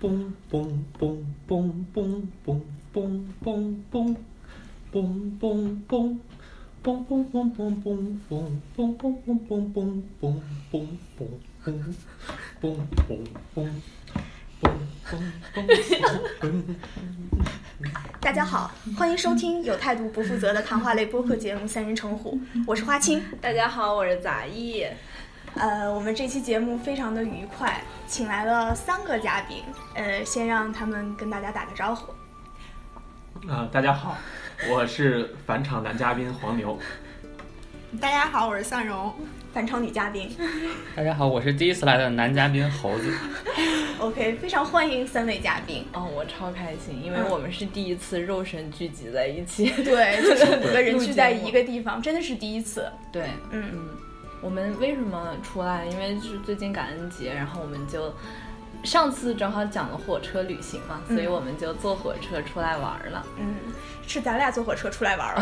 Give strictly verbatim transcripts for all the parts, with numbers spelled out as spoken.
嘣嘣嘣嘣嘣嘣嘣嘣嘣嘣嘣嘣。嘣嘣嘣嘣嘣嘣嘣嘣嘣嘣嘣嘣嘣嘣嘣嘣嘣。 大家好，欢迎收听有态度不负责的谈话类播客节目《三人成虎》，我是花青。 大家好，我是杂艺。 呃，我们这期节目非常的愉快，请来了三个嘉宾，呃，先让他们跟大家打个招呼。 呃，大家好，我是返场男嘉宾黄牛。 大家好，我是向荣。 返场女嘉宾。 大家好，我是第一次来的男嘉宾猴子。 OK， 非常欢迎三位嘉宾。 哦，我超开心，因为我们是第一次肉身聚集在一起。 嗯、对，就是五个人聚在一个地方，真的是第一次。 对，嗯嗯。我们为什么出来？因为是最近感恩节，然后我们就上次正好讲了火车旅行嘛，所以我们就坐火车出来玩了。 嗯，是咱俩坐火车出来玩了。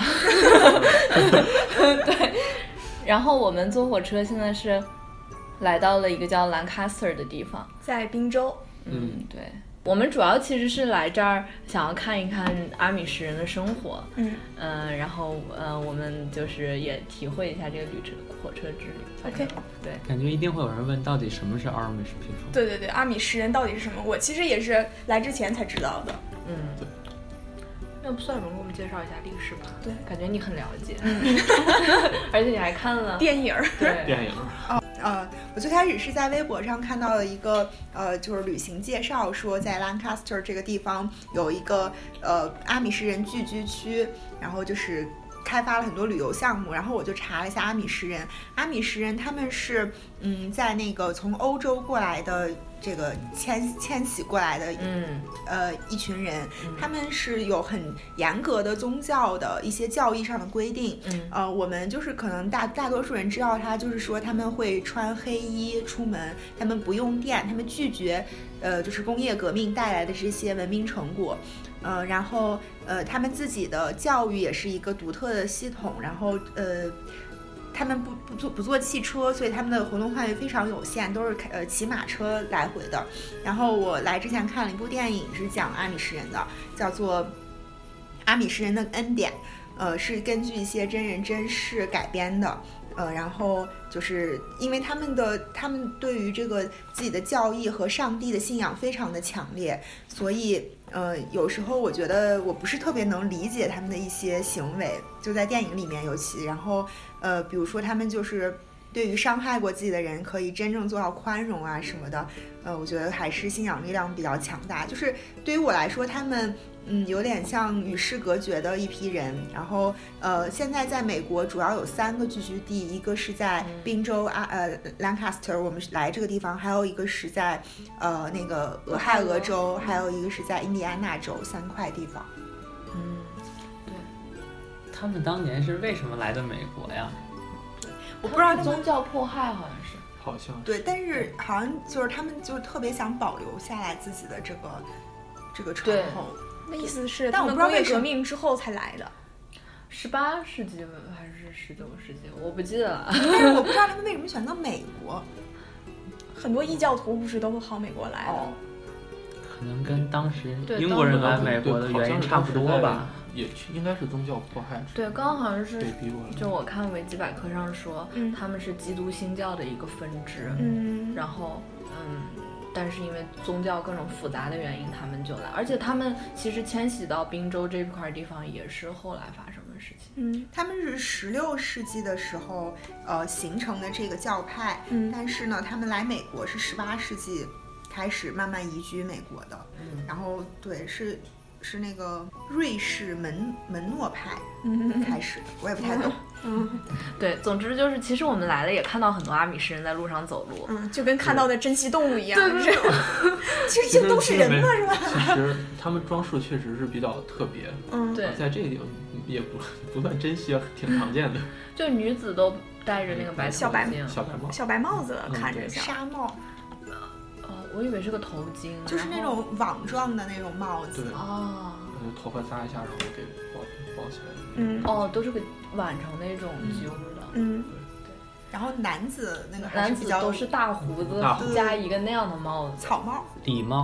对，然后我们坐火车现在是来到了一个叫 Lancaster 的地方， 在宾州。 嗯，对。我们主要其实是来这儿想要看一看阿米什人的生活， 嗯嗯、呃，然后呃，我们就是也体会一下这个旅程火车之旅。 OK， 对， 感觉一定会有人问到底什么是 Amish people。 对对对，阿米什人到底是什么？我其实也是来之前才知道的。 嗯，对。要不算荣给我们介绍一下历史吧？ 对， 感觉你很了解，而且你还看了电影。 对， 电影。 哦，呃，我最开始是在微博上看到了一个呃，就是旅行介绍，说在 Lancaster 这个地方有一个呃阿米什人聚居区，然后就是开发了很多旅游项目，然后我就查了一下阿米什人，阿米什人他们是嗯，在那个从欧洲过来的。这个迁迁徙过来的， 嗯， 呃，一群人， 嗯、 他们是有很严格的宗教的一些教义上的规定， 嗯， 呃，我们就是可能大大多数人知道他，就是说他们会穿黑衣出门，他们不用电，他们拒绝，呃，就是工业革命带来的这些文明成果，呃，然后呃，他们自己的教育也是一个独特的系统，然后呃。他们不不坐不坐汽车，所以他们的活动范围非常有限，都是呃骑马车来回的。然后我来之前看了一部电影，是讲阿米什人的，叫做《阿米什人的恩典》，呃，是根据一些真人真事改编的。呃，然后就是因为他们的他们对于这个自己的教义和上帝的信仰非常的强烈，所以呃，有时候我觉得我不是特别能理解他们的一些行为，就在电影里面尤其，然后呃，比如说他们就是对于伤害过自己的人可以真正做到宽容啊什么的，呃，我觉得还是信仰力量比较强大。就是对于我来说，他们嗯有点像与世隔绝的一批人。然后呃，现在在美国主要有三个聚居地，一个是在宾州啊呃 Lancaster， 我们来这个地方，还有一个是在呃那个俄亥俄州，还有一个是在印第安纳州，三块地方。 嗯，对。 他们当年是为什么来的美国呀？ 我不知道宗教迫害好像是， 好像对，但是好像就是他们就是特别想保留下来自己的这个这个传统。 那意思是， 但我不知道为什么工业革命之后才来的。 十八世纪还是十九世纪，我不记得了。 但是我不知道他们为什么选择美国。 很多异教徒不是都跑美国来的？ 哦、 可能跟当时英国人来美国的原因差不多吧。 也应该是宗教迫害。 对，刚刚好像是被逼过来。 就我看维基百科上说， 嗯、 他们是基督新教的一个分支。 嗯， 然后嗯，但是因为宗教各种复杂的原因，他们就来。而且他们其实迁徙到宾州这块地方也是后来发生的事情。 嗯， 他们是十六世纪的时候呃形成的这个教派。 嗯， 但是呢，他们来美国是十八世纪开始慢慢移居美国的。 嗯， 然后对是。是那个瑞士门门诺派开始的，我也不太懂。 嗯， 对，总之就是，其实我们来了也看到很多阿米什人在路上走路， 嗯，就跟看到的珍稀动物一样。 对对对， 其实这都是人嘛，是吧？ 其实他们装饰确实是比较特别。 嗯， 对， 在这个地方也不不算珍稀，挺常见的。 就女子都戴着那个白小白小白帽， 小白帽子， 嗯、 看着像纱帽。 我以为是个头巾， 就是那种网状的那种帽子。 对哦， 头发扎一下，然后给包包起来。 嗯， 哦，都是个挽成那种揪的。 嗯， 对。然后男子那个男子都是大胡子加一个那样的帽子， 草帽、 礼帽。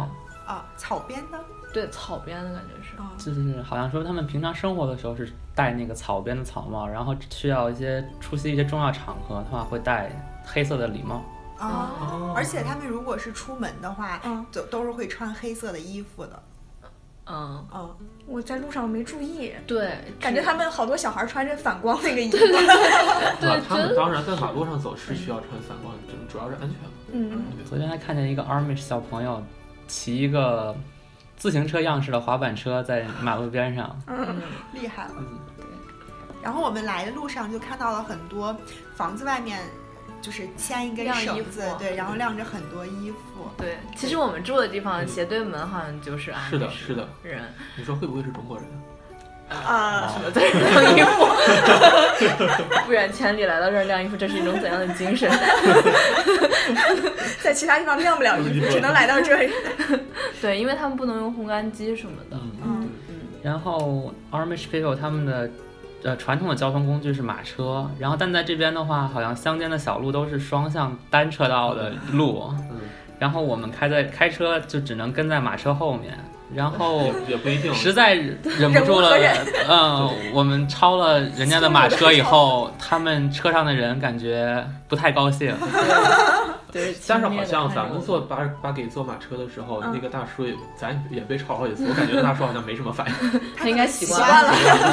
啊，草编的。 对，草编的感觉是， 就是好像说他们平常生活的时候是戴那个草编的草帽，然后需要一些出席一些重要场合的话会戴黑色的礼帽。 啊、哦，而且他们如果是出门的话，嗯，都都是会穿黑色的衣服的。 嗯嗯，我在路上没注意， 对， 感觉他们好多小孩穿着反光那个衣服。 对对对，他们当然在马路上走是需要穿反光，主要是安全。 嗯， 昨天还看见一个 Amish 小朋友骑一个自行车样式的滑板车在马路边上， 嗯，厉害了。嗯，对。然后我们来的路上就看到了很多房子外面。就是牵一根绳子，对，然后晾着很多衣服。 对，其实我们住的地方斜对门好像就是安是的，是的人。 你说会不会是中国人啊？ 什么在这晾衣服？不远千里来到这儿晾衣服，这是一种怎样的精神？ 在其他地方晾不了衣服，只能来到这里。 对，因为他们不能用烘干机什么的。 嗯嗯。然后 Amish people 他们的。呃，传统的交通工具是马车，然后但在这边的话，好像乡间的小路都是双向单车道的路，嗯，然后我们开在开车就只能跟在马车后面，然后也不一定， 实在忍不住了，嗯，我们超了人家的马车以后，他们车上的人感觉不太高兴。 对， 但是好像咱们坐巴巴给坐马车的时候，嗯、那个大叔也咱也被超好几次，我感觉大叔好像没什么反应， 他应该习惯了。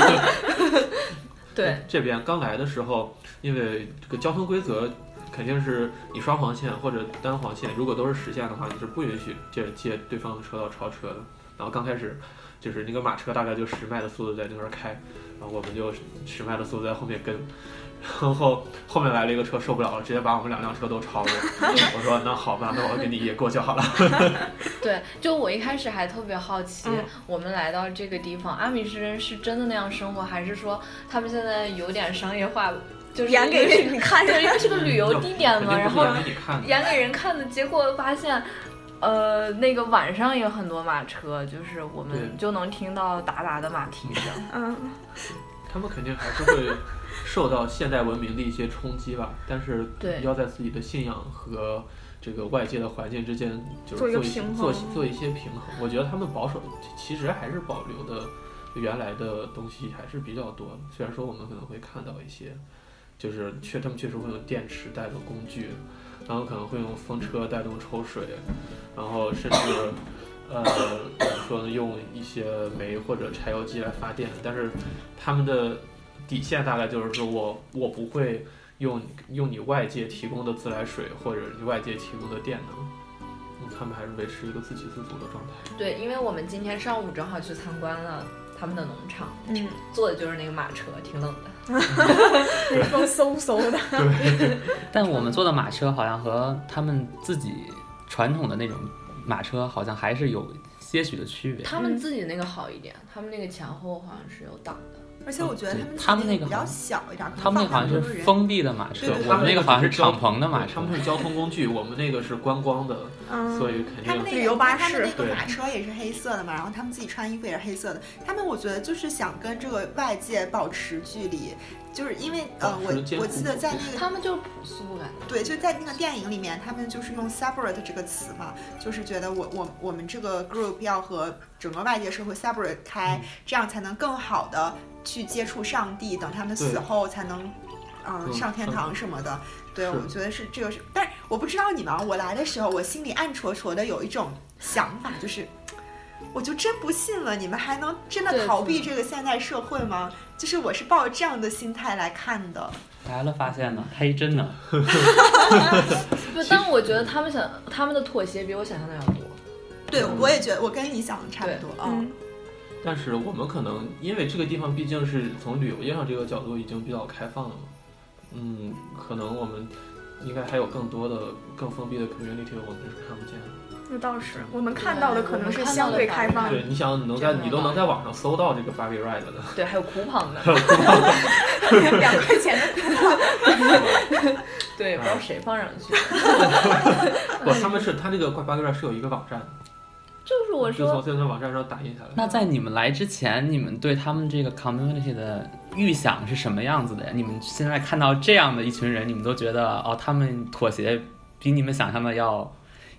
对， 这边刚来的时候，因为这个交通规则肯定是你双黄线或者单黄线，如果都是实线的话，你是不允许借借对方的车道超车的。然后刚开始就是那个马车大概就十迈的速度在那边开，然后我们就十迈的速度在后面跟。然后后面来了一个车受不了了，直接把我们两辆车都超了。我说那好吧，那我跟你也过去好了。 对，就我一开始还特别好奇，嗯、我们来到这个地方，阿米什人是真的那样生活，还是说他们现在有点商业化？就是演给你看， 对，因为是个旅游地点嘛，然后演给人看的，结果发现。呃，那个晚上有很多马车，就是我们就能听到哒哒的马蹄声。 嗯， 他们肯定还是会受到现代文明的一些冲击吧，但是要在自己的信仰和这个外界的环境之间，就是做一些做做一些平衡。我觉得他们保守其实还是保留的原来的东西还是比较多的，虽然说我们可能会看到一些，就是确他们确实会用电池带动工具。然后可能会用风车带动抽水，然后甚至，呃，怎么说呢，用一些煤或者柴油机来发电。但是他们的底线大概就是说我我不会用用你外界提供的自来水或者你外界提供的电能，嗯，他们还是维持一个自给自足的状态。 对，因为我们今天上午正好去参观了他们的农场， 嗯， 坐的就是那个马车，挺冷的。 那风嗖嗖的。 对。 但我们坐的马车好像和他们自己传统的那种马车好像还是有些许的区别。 他们自己那个好一点，他们那个前后好像是有档的。 而且我觉得他们那个比较小一点， 他们那个好像是封闭的马车，我们那个好像是敞篷的马车。 他们是交通工具，我们那个是观光的， 嗯、 所以肯定。 他们那个旅游巴士， 他们那个马车也是黑色的嘛，然后他们自己穿衣服也是黑色的。他们我觉得就是想跟这个外界保持距离。就是因为呃，我我记得在那个他们就是朴素感， 对，就在那个电影里面，他们就是用 separate 这个词嘛，就是觉得我我我们这个 group 要和整个外界社会 separate 开，嗯、这样才能更好的去接触上帝，等他们死后才能嗯、呃、上天堂什么的。对，我觉得是这个是，但是我不知道你们，我来的时候我心里暗戳戳的有一种想法，就是。我就真不信了，你们还能真的逃避这个现代社会吗？就是我是抱着这样的心态来看的。 来了，发现了，黑真的。 不，但我觉得他们想他们的妥协比我想象的要多。 对，嗯、我也觉得我跟你想的差不多啊。嗯。 但是我们可能因为这个地方毕竟是从旅游业上这个角度已经比较开放了嘛，嗯，可能我们应该还有更多的更封闭的 community 我们是看不见的。 那倒是，我们看到的可能是相对开放的。 对，你想，你能在你都能在网上搜到这个 buggy ride 的。 对，还有酷胖的， 两块钱的酷胖。 对，不知道谁放上去。 不，他们是他这个 buggy ride 是有一个网站。 就是我说， 就从现在网站上打印下来。 那在你们来之前，你们对他们这个 community 的预想是什么样子的呀？你们现在看到这样的一群人，你们都觉得哦，他们妥协比你们想象的要。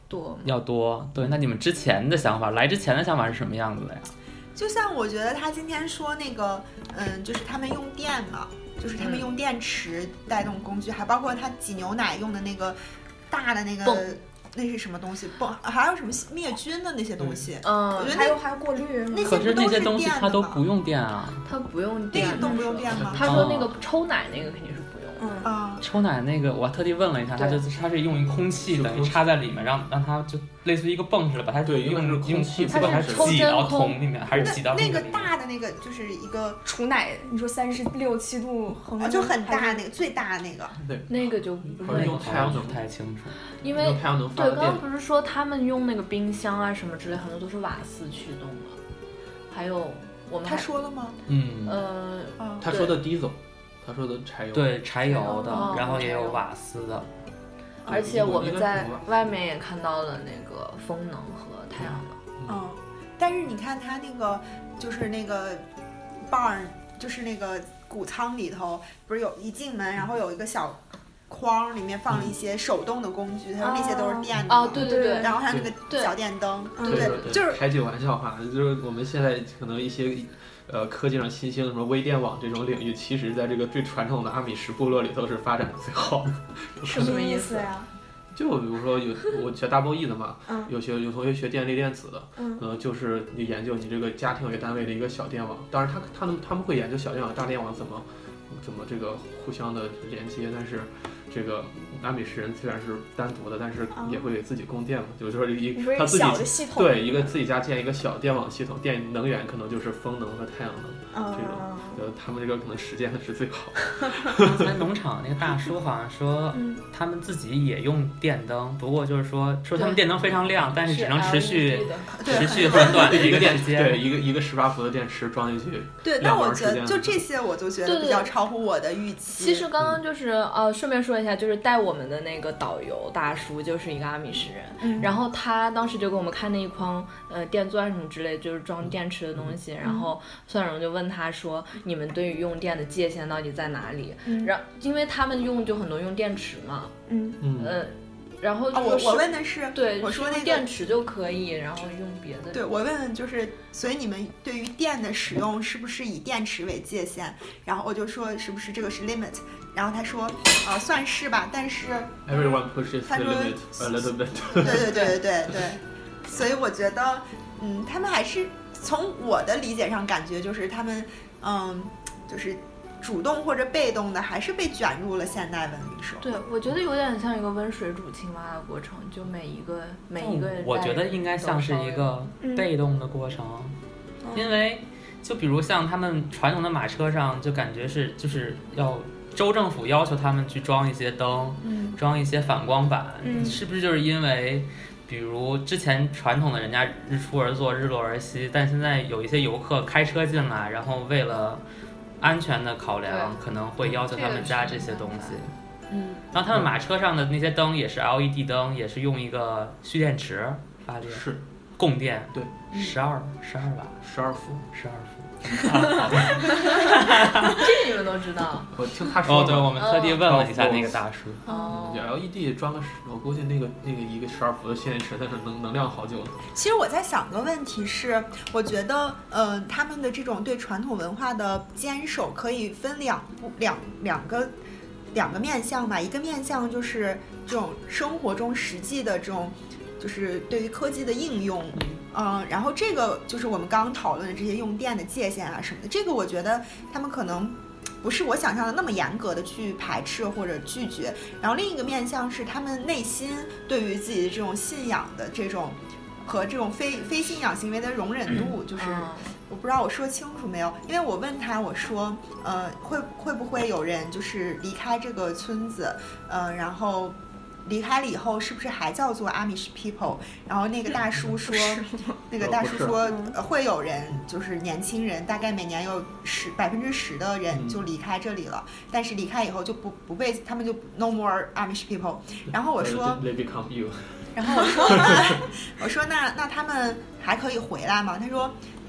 多要多。对，那你们之前的想法，来之前的想法是什么样子的呀？ 就像我觉得他今天说那个，嗯，就是他们用电嘛，就是他们用电池带动工具，嗯、还包括他挤牛奶用的那个大的那个。那是什么东西？不，还有什么灭菌的那些东西？ 嗯，我觉得还有还有过滤。 那可是那些东西它都不用电啊。 它不用电， 那个都不用电吗？ 他说那个抽奶那个肯定是不用。 嗯啊， 抽奶那个我特地问了一下，它就是它是用一空气等于插在里面，让让它就类似于一个泵似的，把它对用用空气把它挤到桶里面，还是挤到那个大的那个就是一个储奶，你说三十六七度恒温， 就很大那个最大的那个， 对， 那个就不会用太阳能不太清楚， 因为太阳能发对，刚刚不是说他们用那个冰箱啊什么之类，很多都是瓦斯驱动的，还有我们他说了吗？ 嗯， 呃， 他说的 diesel。他说的柴油， 对柴油的， 哦、 然后也有瓦斯的， 而且我们在外面也看到了那个风能和太阳能。 嗯，但是你看它那个就是那个 barn， 就是那个谷仓里头，不是有一进门，然后有一个小筐，里面放了一些手动的工具，他说那些都是电的。 哦，对对对。 然后还有那个小电灯， 对对，就是开句玩笑话，就是我们现在可能一些。呃，科技上新兴什么微电网这种领域，其实在这个最传统的阿米什部落里头是发展的最好的。 什么意思呀？ 就比如说有我学 double E 的嘛， 嗯、 有学有同学学电力电子的， 嗯， 呃，就是你研究你这个家庭为单位的一个小电网。当然他，他他们他们会研究小电网、大电网怎么怎么这个互相的连接，但是这个阿米什人虽然是单独的，但是也会给自己供电嘛，就是说一他自己对一个自己家建一个小电网系统，电能源可能就是风能和太阳能。这种，呃，他们这个可能实践的是最好。 刚才农场那个大叔好像说，他们自己也用电灯，不过就是说说他们电灯非常亮，但是只能持续持续很短的一个时间。 对，一个一个十八伏的电池装进去。 对，那我觉得就这些，我就觉得比较超乎我的预期。 其实刚刚就是呃，顺便说一下，就是带我们的那个导游大叔就是一个阿米什人， 嗯、 然后他当时就给我们看那一筐呃电钻什么之类，就是装电池的东西，嗯、然后算荣就问他说，你们对于用电的界限到底在哪里？ 嗯、 然因为他们用就很多用电池嘛， 嗯嗯呃，然后、就是哦、我我问的是， 对， 我说那个电池就可以，然后用别的。 对，我问的就是，所以你们对于电的使用是不是以电池为界限？然后我就说是不是这个是 limit？ 然后他说，呃，算是吧，但是 everyone pushes the limit a little bit 对对对对对对，所以我觉得，嗯，他们还是从我的理解上感觉就是他们。嗯，就是主动或者被动的，还是被卷入了现代文明社会。 对，我觉得有点像一个温水煮青蛙的过程，就每一个每一个人。 我觉得应该像是一个被动的过程，嗯、因为就比如像他们传统的马车上，就感觉是就是要州政府要求他们去装一些灯， 嗯、 装一些反光板， 嗯、 是不是就是因为？比如之前传统的人家日出而作日落而息，但现在有一些游客开车进来，然后为了安全的考量，可能会要求他们加这些东西。 嗯， 然后他们马车上的那些灯也是 L E D 灯，也是用一个蓄电池发电， 是供电， 对， 十二十二瓦， 十二伏， 十二伏。 啊、这你们都知道？ 我听他说哦，对，我们特地问了一下那个大叔。 哦、 嗯、，L E D 装个，我估计那个那个一个十二伏的蓄电池，但是能能量好久了。 其实我在想个问题是，我觉得，呃，他们的这种对传统文化的坚守可以分两部两两个两个面向吧。一个面向就是这种生活中实际的这种，就是对于科技的应用。嗯，然后这个就是我们刚刚讨论的这些用电的界限啊什么的，这个我觉得他们可能不是我想象的那么严格的去排斥或者拒绝。然后另一个面向是他们内心对于自己的这种信仰的这种和这种非非信仰行为的容忍度，就是我不知道我说清楚没有？因为我问他，我说，呃，会会不会有人就是离开这个村子，呃，然后。离开了以后是不是还叫做 Amish people？ 然后那个大叔说，那个大叔说、呃、会有人就是年轻人，大概每年有十百分之十的人就离开这里了，嗯、但是离开以后就不不被他们就 no more Amish people。然后我说， 然后我说那我说那那他们还可以回来吗？他说。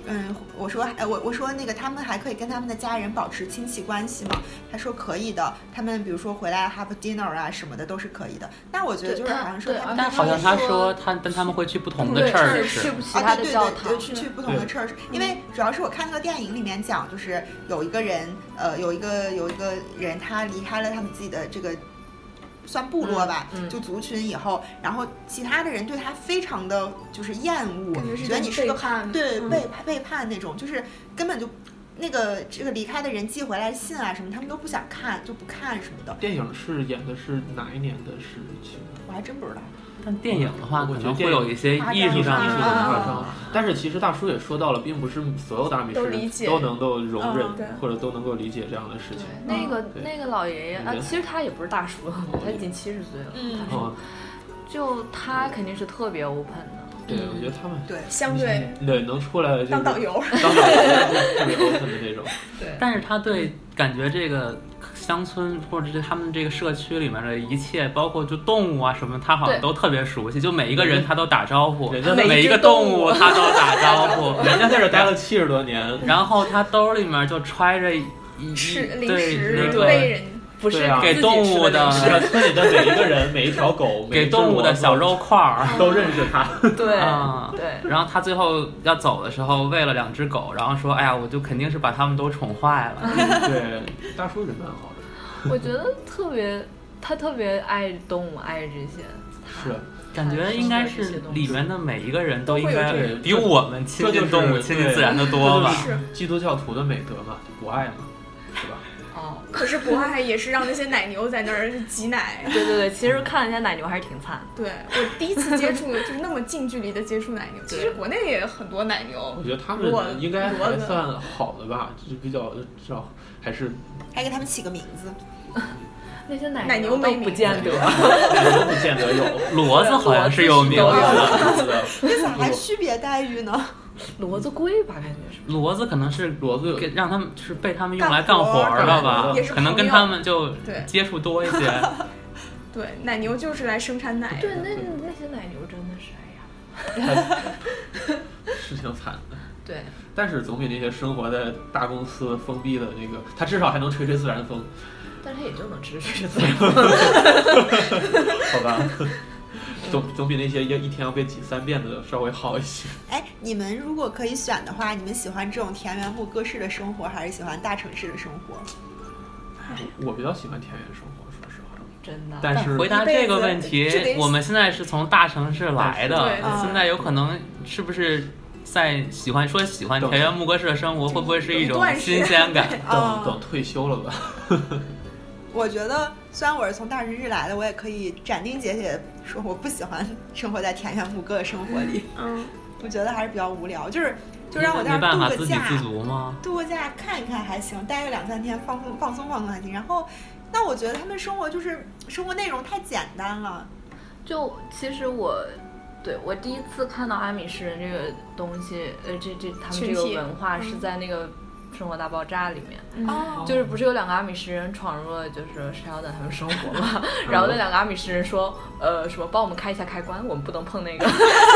嗯，我说，呃，我我说那个他们还可以跟他们的家人保持亲戚关系吗？他说可以的，他们比如说回来 have dinner 啊什么的都是可以的。但我觉得就是好像说他们， 但好像他说他但他们会去不同的 church， 去其他的教堂， 啊、对对对，去不同的 church， 因为主要是我看那个电影里面讲，就是有一个人，呃，有一个有一个人他离开了他们自己的这个。算部落吧、嗯嗯，就族群以后，然后其他的人对他非常的就是厌恶，觉得你是个对背叛背叛那种，就是根本就那个这个离开的人寄回来的信啊什么，他们都不想看，就不看什么的。 电影是演的是哪一年的事情？ 我还真不知道。 但电影的话，可能会有一些艺术上艺术的夸张。但是其实大叔也说到了，并不是所有的阿米什人都能够容忍、嗯、或者都能够理解这样的事情。 那个那个老爷爷啊，其实他也不是大叔，他已经七十岁了。嗯，他说，就他肯定是特别 open 的。 对，我觉得他们对相对对能出来、就是、 当导游， 当导游特别 open 的那种。 对，但是他对感觉这个乡村或者是他们这个社区里面的一切，包括就动物啊什么，他好像都特别熟悉，就每一个人他都打招呼， 人家每一个动物他都打招呼， 人家在这待了七十多年， 然后他兜里面就揣着一是零食那个喂人。 不是给动物的， 村里的每一个人、每一条狗、 给动物的小肉块儿都认识他。 对啊，对。然后他最后要走的时候，喂了两只狗，然后说：“哎呀，我就肯定是把他们都宠坏了。” 对，大叔人蛮好的。我觉得特别，他特别爱动物，爱这些。 是。 感觉应该是里面的每一个人都应该比我们亲近动物、亲近自然的多吧？ 是基督教徒的美德嘛，博爱嘛，是吧？ 哦，可是博爱也是让那些奶牛在那儿挤奶。 对对对，其实看了一下奶牛还是挺惨。 对，我第一次接触就是那么近距离的接触奶牛。其实国内也很多奶牛。 我觉得他们应该还算好的吧，就是比较至少还是。 还给他们起个名字。 那些奶牛都不见得， 奶牛不见得有。 骡子好像是有名字， 那咋还区别待遇呢？ 骡子贵吧，感觉是。 骡子可能是骡子给让他们就是被他们用来干活的吧，可能跟他们就接触多一些。 对，奶牛就是来生产奶。 对，那那些奶牛真的是哎呀， 是挺惨的。 对， 但是总比那些生活在大公司封闭的那个，他至少还能吹吹自然风。 但是他也就能吹吹自然风。 好吧。总总比那些一天要被挤三遍的稍微好一些。 哎，你们如果可以选的话，你们喜欢这种田园牧歌式的生活，还是喜欢大城市的生活？ 我比较喜欢田园生活，说实话。 真的。 但是回答这个问题，我们现在是从大城市来的，现在有可能是不是在喜欢说喜欢田园牧歌式的生活，会不会是一种新鲜感？ 等等退休了吧。 我觉得虽然我是从大城市来的，我也可以斩钉截铁说我不喜欢生活在田园牧歌的生活里。嗯，我觉得还是比较无聊，就是就让我在那儿度个假， 自给自足吗？ 度个假看一看还行，待个两三天放松放松放松还行。然后，那我觉得他们生活就是生活内容太简单了。 就其实我对我第一次看到阿米什人这个东西，呃，这这他们这个文化是在那个。生活大爆炸里面、哦、就是不是有两个阿米什人闯入了就是Sheldon他们生活嘛、嗯、然后那两个阿米什人说呃什么帮我们开一下开关，我们不能碰那个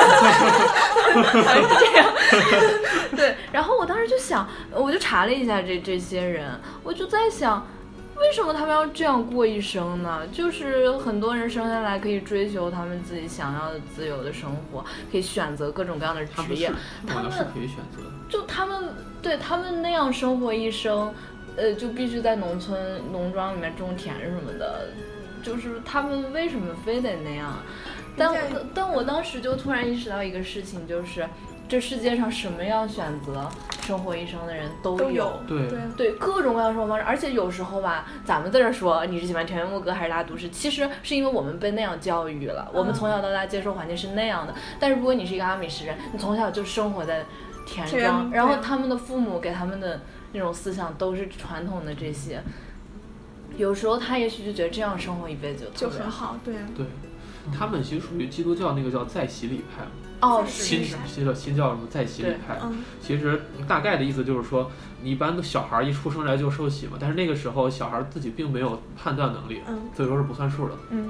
还是这样对，然后我当时就想我就查了一下这这些人，我就在想为什么他们要这样过一生呢？就是很多人生下来可以追求他们自己想要的自由的生活，可以选择各种各样的职业， 他们是可以选择的， 就他们对他们那样生活一生，呃，就必须在农村农庄里面种田什么的，就是他们为什么非得那样？但但我当时就突然意识到一个事情，就是这世界上什么样选择生活一生的人都有， 都有对对各种各样的生活方式，而且有时候吧，咱们在这说你是喜欢田园牧歌还是大都市，其实是因为我们被那样教育了，我们从小到大接受环境是那样的。但是如果你是一个阿米什人，你从小就生活在田庄，然后他们的父母给他们的那种思想都是传统的这些，有时候他也许就觉得这样生活一辈子就很好，对对。他们其实属于基督教那个叫再洗礼派哦， 新新教新教什么再洗礼派、嗯，其实大概的意思就是说，你一般的小孩一出生来就受洗嘛，但是那个时候小孩自己并没有判断能力，嗯、所以说是不算数的。 嗯，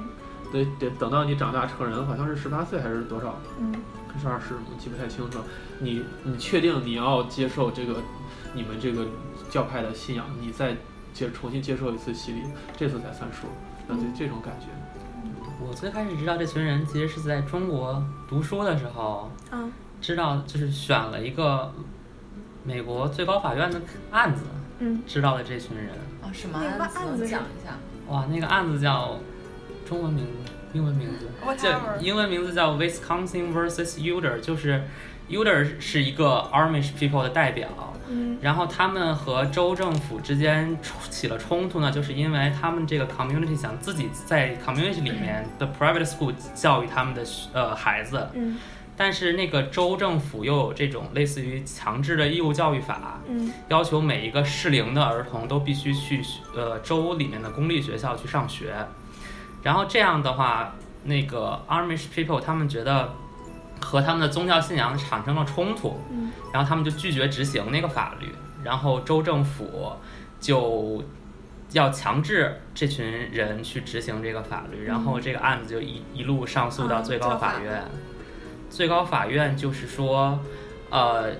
得得等到你长大成人，好像是十八岁还是多少？ 嗯， 还是二十，我记不太清楚。你你确定你要接受这个你们这个教派的信仰，你再接重新接受一次洗礼，这次才算数。那对这种感觉。 我最开始知道这群人其实是在中国读书的时候， 嗯， 知道就是选了一个美国最高法院的案子， 嗯， 知道的这群人。 哦，什么那个案子？ 案子是讲一下。 哇，那个案子叫中文名字、英文名字，叫 Whatever 英文名字叫 Wisconsin versus Uter， 就是 Uter 是一个 Amish people 的代表。 嗯， 然后他们和州政府之间起了冲突呢，就是因为他们这个 community 想自己在 community 里面的 private school 教育他们的呃孩子， 嗯， 但是那个州政府又有这种类似于强制的义务教育法， 嗯， 要求每一个适龄的儿童都必须去呃州里面的公立学校去上学，然后这样的话，那个 Amish people 他们觉得和他们的宗教信仰产生了冲突， 嗯， 然后他们就拒绝执行那个法律，然后州政府就要强制这群人去执行这个法律，然后这个案子就一一路上诉到最高法院。最高法院就是说，呃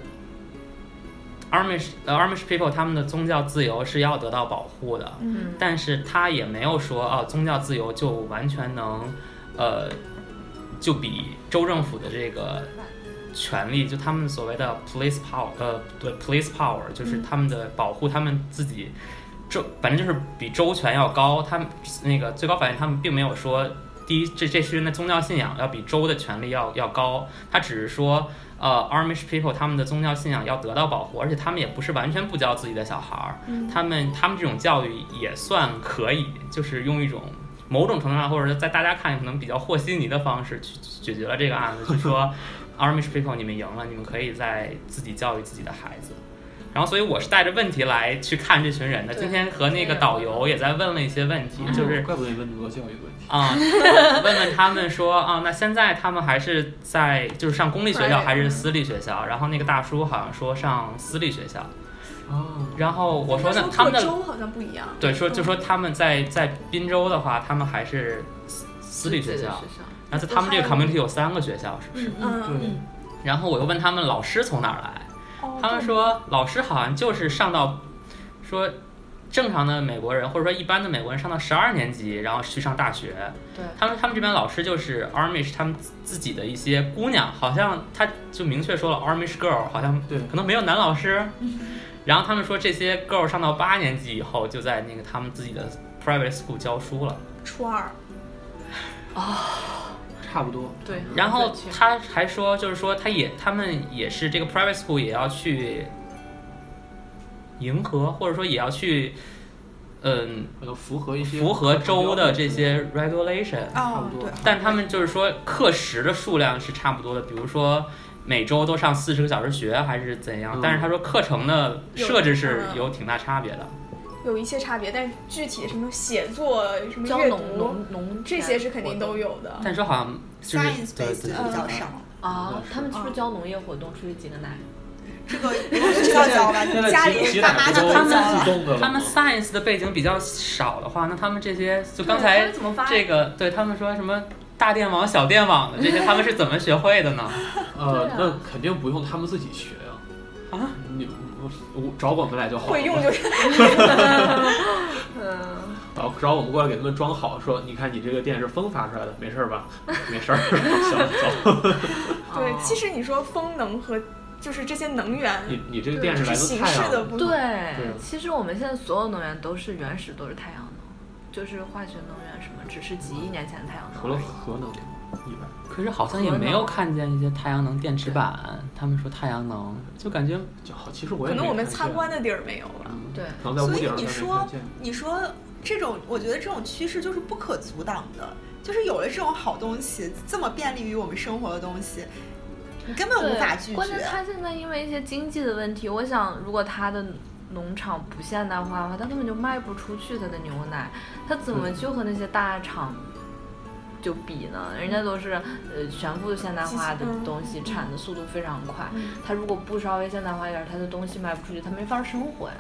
，Amish 呃 Amish people 他们的宗教自由是要得到保护的， 嗯， 但是他也没有说啊，宗教自由就完全能，呃，就比州政府的这个权利，就他们所谓的 police power， 呃，对 police power， 就是他们的保护他们自己州，反正就是比州权要高。他们那个最高法院他们并没有说，第一，这这群人的宗教信仰要比州的权利要要高，他只是说，呃 ，Amish people 他们的宗教信仰要得到保护，而且他们也不是完全不教自己的小孩儿， 嗯， 他们他们这种教育也算可以，就是用一种某种程度上，或者是在大家看可能比较和稀泥的方式去解决了这个案子，就说 Amish people 你们赢了，你们可以在自己教育自己的孩子。然后，所以我是带着问题来去看这群人的。今天和那个导游也在问了一些问题，就是怪不得你问那么多教育问题啊、嗯，问问他们说啊，那现在他们还是在就是上公立学校还是私立学校？然后那个大叔好像说上私立学校。 哦。 然后我说那那他们的州好像不一样。 对，说就说他们在在滨州的话，他们还是私私立学校。然后在他们这个 community 有三个学校，是不是？ 嗯嗯。 对。 然后我又问他们老师从哪儿来。他们说老师好像就是上到说正常的美国人或者说一般的美国人上到十二年级，然后去上大学。 对， 他们他们这边老师就是 Amish 他们自己的一些姑娘，好像他就明确说了 Amish girl， 好像对可能没有男老师。然后他们说这些 girl 上到八年级以后就在那个他们自己的 private school 教书了。 初二。 哦。 差不多， 对。 然后他还说，就是说，他也他们也是这个 private school 也要去迎合，或者说也要去，嗯， 符合一些符合州的这些 regulation。 哦，对。 但他们就是说课时的数量是差不多的，比如说每周都上四十个小时学还是怎样， 嗯、 但是他说课程的设置是有挺大差别的。 有一些差别，但具体什么写作、什么阅读、这些是肯定都有的。 但是说好像就是 science based 比较少啊。他们是不是教农业活动出去挤个奶？ 这个不知道教吧？ 家里爸妈就会教。他们 science 的背景比较少的话，那他们这些就刚才这个对他们说什么大电网、小电网的这些，他们是怎么学会的呢？ 呃，那肯定不用他们自己学呀。啊，你。我找我们来就好了， 会用就行。 嗯，找找我们过来给他们装好，说你看你这个电是风发出来的，没事吧？没事儿，行走。 对，其实你说风能和就是这些能源， 你你这个电是来自太阳的。 对，对其实我们现在所有能源都是原始都是太阳能，就是化学能源什么，只是几亿年前的太阳能。 除了核能以外。 可是好像也没有看见一些太阳能电池板，他们说太阳能，就感觉好。其实我也可能我们参观的地儿没有了。 对， 所以你说你说这种，我觉得这种趋势就是不可阻挡的，就是有了这种好东西，这么便利于我们生活的东西，你根本无法拒绝。 关键他现在因为一些经济的问题，我想如果他的农场不现代化的话，他根本就卖不出去他的牛奶，他怎么就和那些大厂就比呢？人家都是呃全部现代化的东西， 嗯、 产的速度非常快。 嗯、 他如果不稍微现代化一点，他的东西卖不出去，他没法生活呀。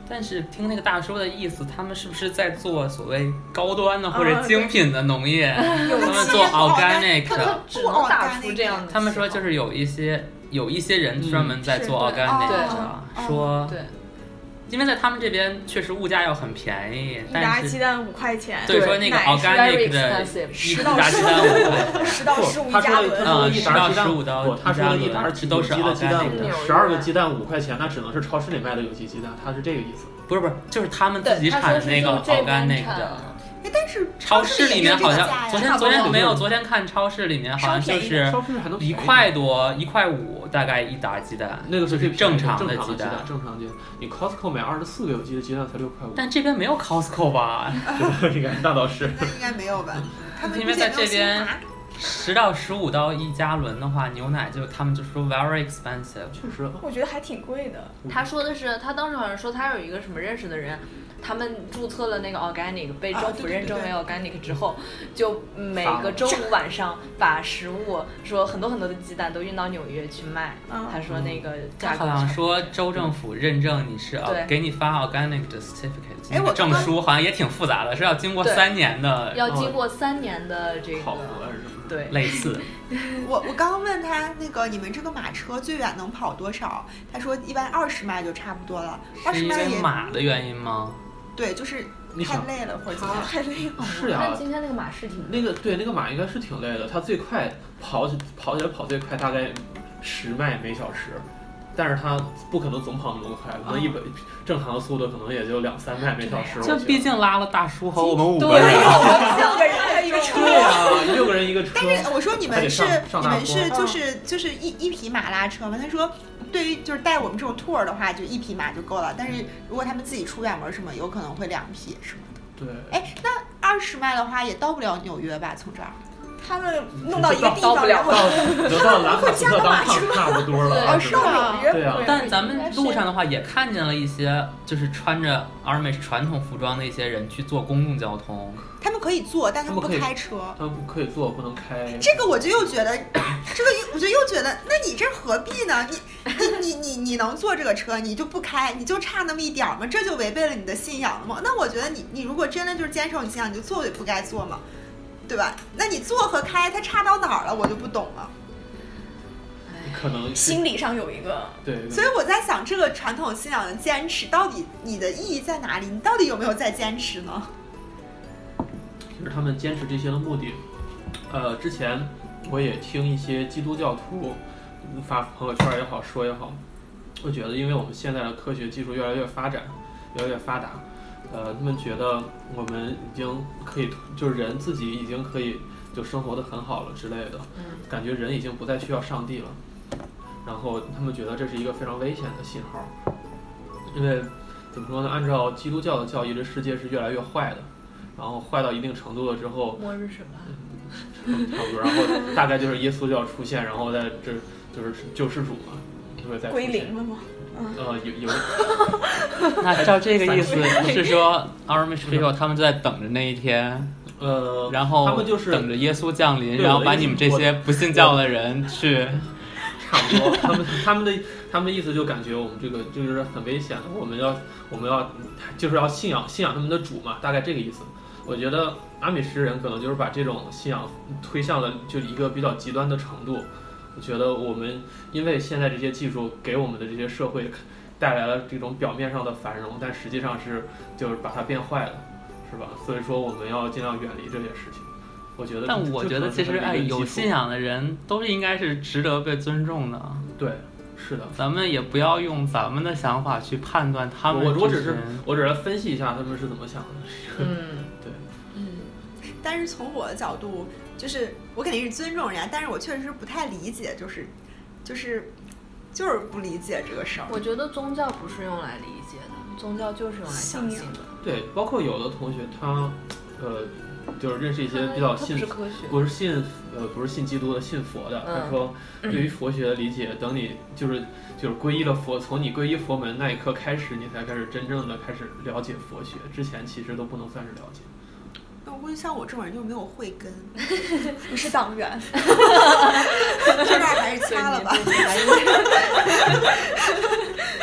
但是听那个大叔的意思，他们是不是在做所谓高端的或者精品的农业？他们做 organic 的， 只能打出这样的。 他们说就是有一些有一些人专门在做 organic 的，说对。 因为在他们这边确实物价要很便宜， 一打鸡蛋五块钱。 对，说那个 organic 的一打鸡蛋五块钱， 十到十五一加仑。 嗯，十到十五刀不，他说的一打都是有机的鸡蛋，十二个鸡蛋五块钱，那只能是超市里卖的有机鸡蛋，他是这个意思。 不是不是，就是他们自己产的那个 organic 的。 但是超市里面好像昨天昨天没有， 有昨天看超市里面好像就是一块多一块五，大概一打鸡蛋， 那个是正常的鸡蛋， 正常鸡蛋。你 Costco 买二十四个有机的鸡蛋才六块五， 但这边没有 Costco 吧？ 应该那倒是， 那应该没有吧？他们因为在这边十到十五刀一加仑的话，牛奶就他们就说 very expensive， 确实， 我觉得还挺贵的。 他说的是，他当时好像说他有一个什么认识的人。他们注册了那个 organic， 被政府认证为 organic 之后，就每个周五晚上把食物说很多很多的鸡蛋都运到纽约去卖。 嗯、 他说那个价格好像说州政府认证你是、嗯、给你发 organic 的 certificate， 那个证书好像也挺复杂的，是要经过三年的， 要经过三年的这个考核是什么？ 对， 类似。 我我刚刚问他那个你们这个马车最远能跑多少？他说一般二十迈就差不多了。二十迈也是因为马的原因吗？ 对，就是太累了，或者太累了。 是呀、啊， 今天那个马是挺那个对那个马应该是挺累的，它最快跑起跑起来跑最快大概十迈每小时，但是它不可能总跑那么快，可能一本、嗯、正常的速度可能也就两三迈每小时。 就毕竟拉了大叔和我们五个人， 对， 六个人开一个车。 对啊，六个人一个车。 但是我说你们是你们是就是就是一一匹马拉车吗？他说。对于就是带我们这种 tour 的话，就一匹马就够了。但是如果他们自己出远门什么，有可能会两匹什么的。对。 哎，那二十迈的话也到不了纽约吧？从这儿， 他们弄到一个地方， 到然后能到兰卡斯特当差不多了。 哦，是吗？ 对啊。 但咱们路上的话，也看见了一些就是穿着 Amish 传统服装的一些人去坐公共交通。 他们可以坐，但他们不开车。 他们可以坐，不能开。 这个我就又觉得，这个我就又觉得，那你这何必呢？你你你你你能坐这个车，你就不开，你就差那么一点吗？这就违背了你的信仰了吗？那我觉得你你如果真的就是坚守你信仰，你就坐也不该坐嘛，对吧？那你坐和开，它差到哪儿了？我就不懂了。 可能心理上有一个对， 所以我在想，这个传统信仰的坚持，到底你的意义在哪里？你到底有没有在坚持呢？ 就是他们坚持这些的目的，呃，之前我也听一些基督教徒发朋友圈也好说也好，我觉得因为我们现在的科学技术越来越发展，越来越发达，呃，他们觉得我们已经可以，就是人自己已经可以就生活得很好了之类的，感觉人已经不再需要上帝了。然后他们觉得这是一个非常危险的信号，因为怎么说呢？按照基督教的教义，这世界是越来越坏的。然后坏到一定程度了之后， 末日审判， 嗯，差不多。然后大概就是耶稣就要出现，然后在这就是救世主嘛，就会再归零了吗？ 呃，有有。 那照这个意思是说 ，Amish people 他们就在等着那一天， 呃， 然后他们就是等着耶稣降临，然后把你们这些不信教的人去。 差不多，他们他们的他们的意思就感觉我们这个就是很危险的，我们要我们要就是要信仰信仰他们的主嘛，大概这个意思。我觉得阿米什人可能就是把这种信仰推向了就一个比较极端的程度。我觉得我们因为现在这些技术给我们的这些社会带来了这种表面上的繁荣，但实际上是就是把它变坏了，是吧？所以说我们要尽量远离这些事情。我觉得， 但我觉得其实哎，有信仰的人都应该是值得被尊重的。 对，是的。 咱们也不要用咱们的想法去判断他们。 我我只是我只是分析一下他们是怎么想的。 嗯， 对， 嗯。但是从我的角度，就是我肯定是尊重人家，但是我确实是不太理解，就是就是就是不理解这个事儿。 我觉得宗教不是用来理解的，宗教就是用来相信的。 对，包括有的同学他呃。就是认识一些比较信， 不是不是信呃不是信基督的，信佛的。他说，对于佛学的理解，等你就是就是皈依了佛，从你皈依佛门那一刻开始，你才开始真正的开始了解佛学，之前其实都不能算是了解。 那我估计像我这种人就没有慧根， 你是党员， 这段还是掐了吧。 就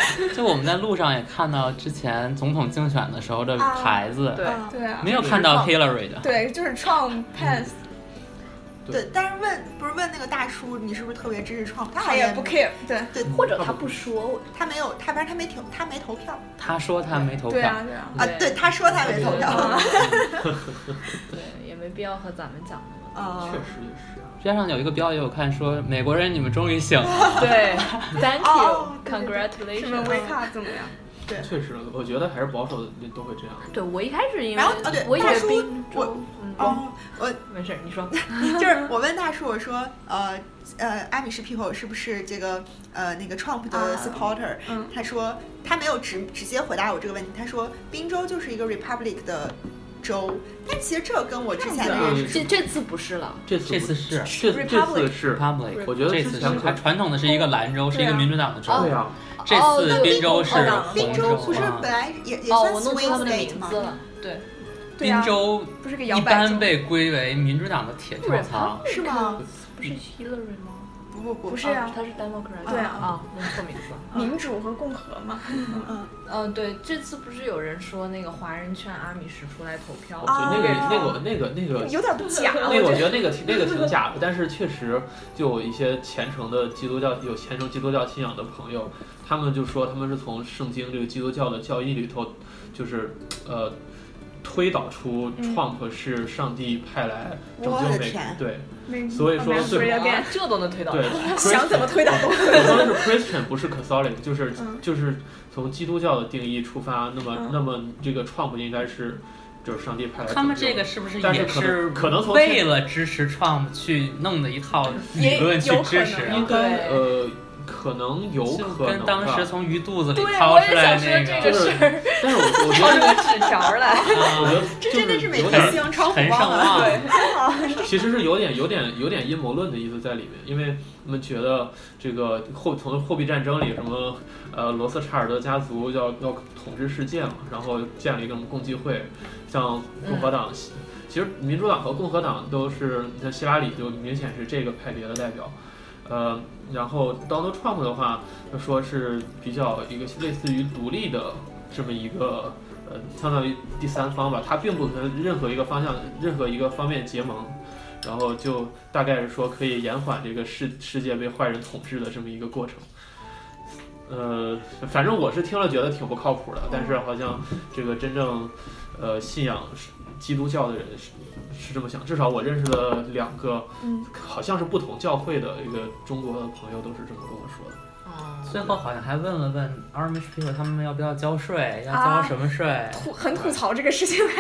就我们在路上也看到之前总统竞选的时候的牌子， 对对啊， 没有看到 Hillary 的。 对，就是 Trump Pence， 对，但是问不是问那个大叔你是不是特别支持创？他他也不 care，对对， 或者他不说， 他没有，他反正他没投，他没投票。 他说他没投票。 对啊对啊。 啊，对，他说他没投票。 对，也没必要和咱们讲那么多。 确实也是。 边上有一个标语我看说美国人你们终于醒了。 对 ，Thank 哦 you，Congratulations。 什么 Wake up 怎么样？对， 确实，我觉得还是保守的都会这样。 对，我一开始因为， 然后哦对， 我以为宾州， 嗯， 哦，我没事，你说， 就是我问大叔，我说，呃呃，阿米什 people 是不是这个呃那个 Trump 的 supporter？、啊、 嗯， 他说他没有直直接回答我这个问题，他说宾州就是一个 Republic 的州，但其实这跟我之前的认识， 这这次不是了， 这次这次是这这次是 Republic， 我觉得这次是它传统的是一个蓝州，是一个民主党的州。 对啊。 这次宾州是宾州，不是本来也也算 swing state 吗？ 对， 宾州不是个一般被归为民主党的铁票仓， 是吗？ 不是 Hillary 吗？ 不不不， 不是啊， 他是 Democrat。 对啊， 啊，弄错名字了。 民主和共和嘛。 嗯嗯嗯，对，这次不是有人说那个华人劝阿米什出来投票？ 我觉得那个那个那个那个有点假。 那个我觉得那个那个挺假的，但是确实就有一些虔诚的基督教有虔诚基督教信仰的朋友，他们就说他们是从圣经这个基督教的教义里头，就是呃。推导出 Trump 是上帝派来拯救美国，对，所以说最后这都能推导， 对， 想怎么推导都可以。 我说的是 Christian 不是 Catholic， 就是就是从基督教的定义出发，那么那么这个 Trump 应该是就是上帝派来。 他们这个是不是也是可能从为了支持 Trump 去弄的一套理论去支持？ 应该呃。可能有可能跟当时从鱼肚子里掏出来那个， 就是，但是我我觉得这个纸条来， 我觉得这真的是每天希望超很盛望， 对，其实是有点有点有点阴谋论的意思在里面，因为我们觉得这个货从货币战争里什么呃罗斯柴尔德家族要要统治世界嘛，然后建立一个什么共济会，像共和党，嗯、其实民主党和共和党都是，你像希拉里就明显是这个派别的代表。呃，然后 Donald Trump 的话，他说是比较一个类似于独立的这么一个呃，相当于第三方吧，他并不跟任何一个方向、任何一个方面结盟，然后就大概是说可以延缓这个世世界被坏人统治的这么一个过程。呃，反正我是听了觉得挺不靠谱的，但是好像这个真正呃信仰基督教的人是。是这么想，至少我认识的两个，嗯，好像是不同教会的一个中国的朋友都是这么跟我说的。 哦，最后好像还问了问 Amish people 他们要不要交税，要交什么税？ 啊、吐很吐槽这个事情。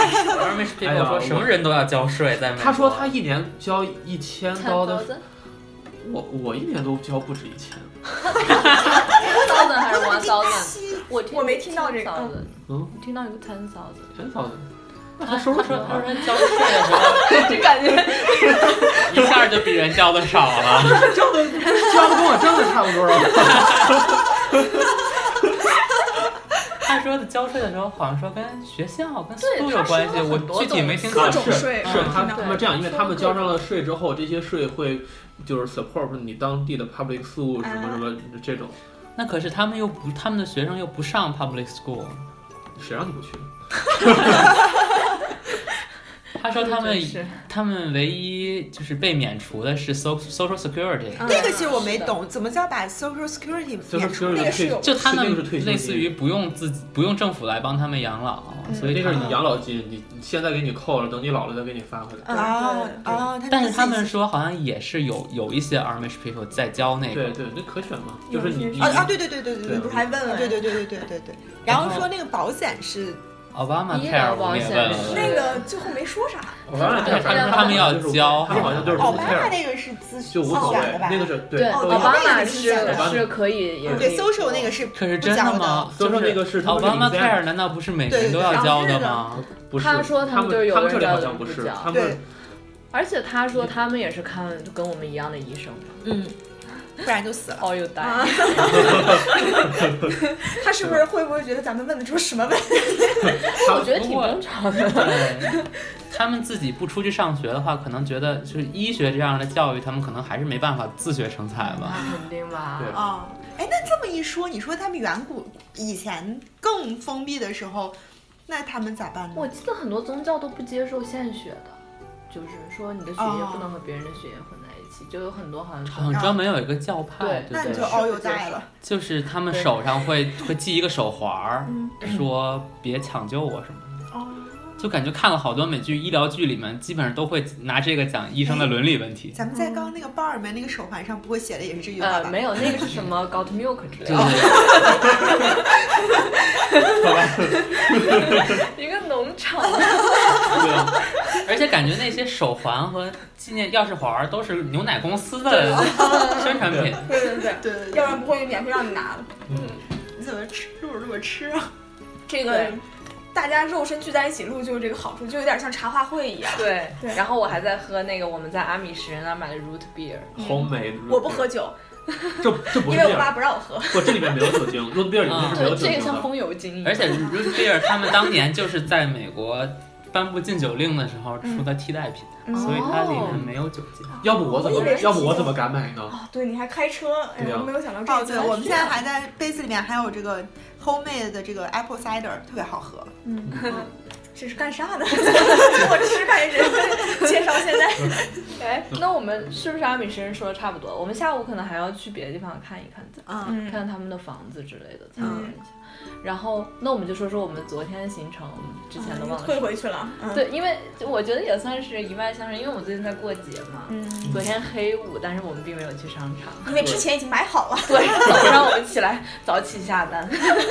Amish people 说什么人都要交税，在美国。 他说他一年交一千刀的，我我一年都交不止一千。 thousand 还是 one thousand？ 我我没听到这个。 嗯， 我听到有个 ten thousand。 ten thousand。 他说他说他说交税的时候， 就感觉一下就比人交的少了， 交的交的跟我挣的差不多了。 他说的交税的时候，好像说跟学校跟 school 有关系，我具体没听各种税是他他们这样，因为他们交上了税之后，这些税会就是 support 你当地的 public school 什么什么这种。 那可是他们又不，他们的学生又不上 public school， 谁让你不去？ 他说他们他们唯一就是被免除的是 social security， 那个其实我没懂，怎么叫把 social security 免除？ 那个是有， 就他们类似于不用自己不用政府来帮他们养老，所以那个是你养老金，你现在给你扣了，等你老了再给你发回来。 啊啊！ 但是他们说好像也是有有一些 Amish people 在交那个， 对对，那可选嘛，就是你啊啊对对对对对对， 不是还问了？ 对对对对对对对，然后说那个保险是。 Obamacare 我们也问了， 那个最后没说啥。 Obamacare 反正他们要交， 他们好像就是 Obama 那个是咨询就无所谓的吧？ 那个是对 ，Obama 是是可以，也对 social 那个是可是真的吗 ？social 那个是 Obamacare 难道不是每个人都要交的吗？ 不是， 他说他们就是有他们这里好人像不是，他们而且他说他们也是看跟我们一样的医生， 嗯。不然就死了。 哦，有呆。 他是不是会不会觉得咱们问的出什么问题？ 我觉得挺正常的。 对，他们自己不出去上学的话，可能觉得就是医学这样的教育，他们可能还是没办法自学成才吧。 肯定吧。 啊，哎，那这么一说，你说他们远古以前更封闭的时候，那他们咋办呢？ 我记得很多宗教都不接受献血的，就是说你的血液不能和别人的血液混在一起，哦、就有很多好像好像专门有一个教派， 对， 对那你就遨游大了。 就是他们手上会会系一个手环，说别抢救我什么的。哦。就感觉看了好多美剧、医疗剧里面，基本上都会拿这个讲医生的伦理问题。 咱们在刚刚那个 bar 里面那个手环上不会写的也是这句话吧？ 呃，没有，那个是什么 got milk 之类的。一个农场。 对啊，而且感觉那些手环和纪念钥匙环都是牛奶公司的宣传品。 对对对对对，要不然不会免费让你拿的。 嗯，你怎么吃入这么吃啊？ 这个。大家肉身聚在一起录就有这个好处，就有点像茶话会一样。 对对。然后我还在喝那个我们在阿米什人那买的 root beer。homemade。 我不喝酒。 这这不是因为我爸不让我喝。 不，这里面没有酒精 ，root beer 里面是没有酒精的。 这个像风油精。 而且 root beer 他们当年就是在美国颁布禁酒令的时候出的替代品，嗯、所以它里面没有酒精。 哦、要不我怎么要不我怎么敢买呢？ 哦，对，你还开车，哎，我没有想到这个。哦，对，我们现在还在杯子里面还有这个 homemade 的这个 apple cider， 特别好喝。 嗯。这是干啥的？从我吃开始介绍现在。 哎，那我们是不是阿米什人说的差不多？我们下午可能还要去别的地方看一看，嗯，看看他们的房子之类的，参观一下。嗯、然后，那我们就说说我们昨天的行程，之前都忘了退回去了。 嗯、对，因为我觉得也算是一脉相承，因为我们最近在过节嘛。嗯。昨天黑五，但是我们并没有去商场， 因为之前已经买好了。 对，早上我们起来早起下单。